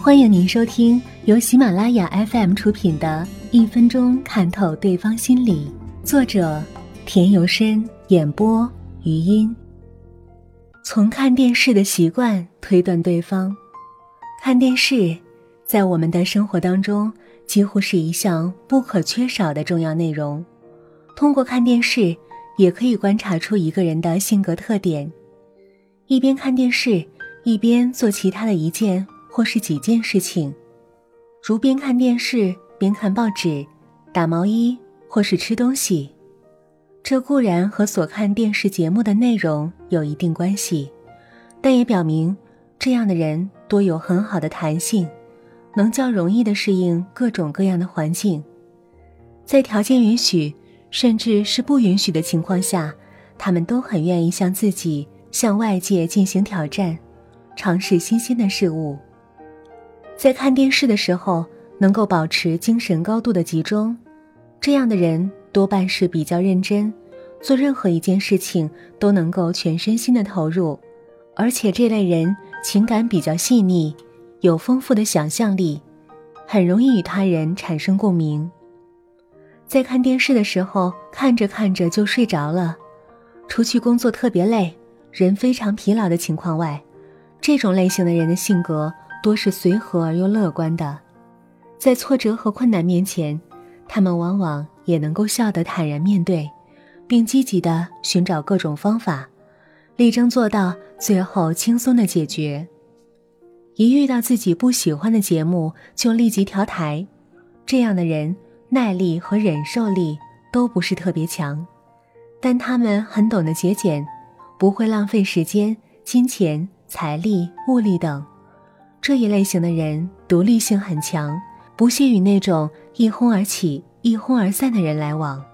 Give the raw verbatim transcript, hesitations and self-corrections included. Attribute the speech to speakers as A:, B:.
A: 欢迎您收听由喜马拉雅 F M 出品的一分钟看透对方心理，作者田由深，演播余音。从看电视的习惯推断对方。看电视在我们的生活当中几乎是一项不可缺少的重要内容。通过看电视也可以观察出一个人的性格特点。一边看电视一边做其他的一件或是几件事情，如边看电视边看报纸、打毛衣或是吃东西。这固然和所看电视节目的内容有一定关系，但也表明这样的人多有很好的弹性，能较容易地适应各种各样的环境。在条件允许甚至是不允许的情况下，他们都很愿意向自己向外界进行挑战，尝试新鲜的事物。在看电视的时候能够保持精神高度的集中，这样的人多半是比较认真，做任何一件事情都能够全身心的投入，而且这类人情感比较细腻，有丰富的想象力，很容易与他人产生共鸣。在看电视的时候看着看着就睡着了，除去工作特别累，人非常疲劳的情况外，这种类型的人的性格多是随和而又乐观的。在挫折和困难面前，他们往往也能够笑得坦然面对，并积极地寻找各种方法，力争做到最后轻松地解决。一遇到自己不喜欢的节目就立即调台，这样的人耐力和忍受力都不是特别强，但他们很懂得节俭，不会浪费时间、金钱、财力、物力等。这一类型的人独立性很强，不屑与那种一哄而起、一哄而散的人来往。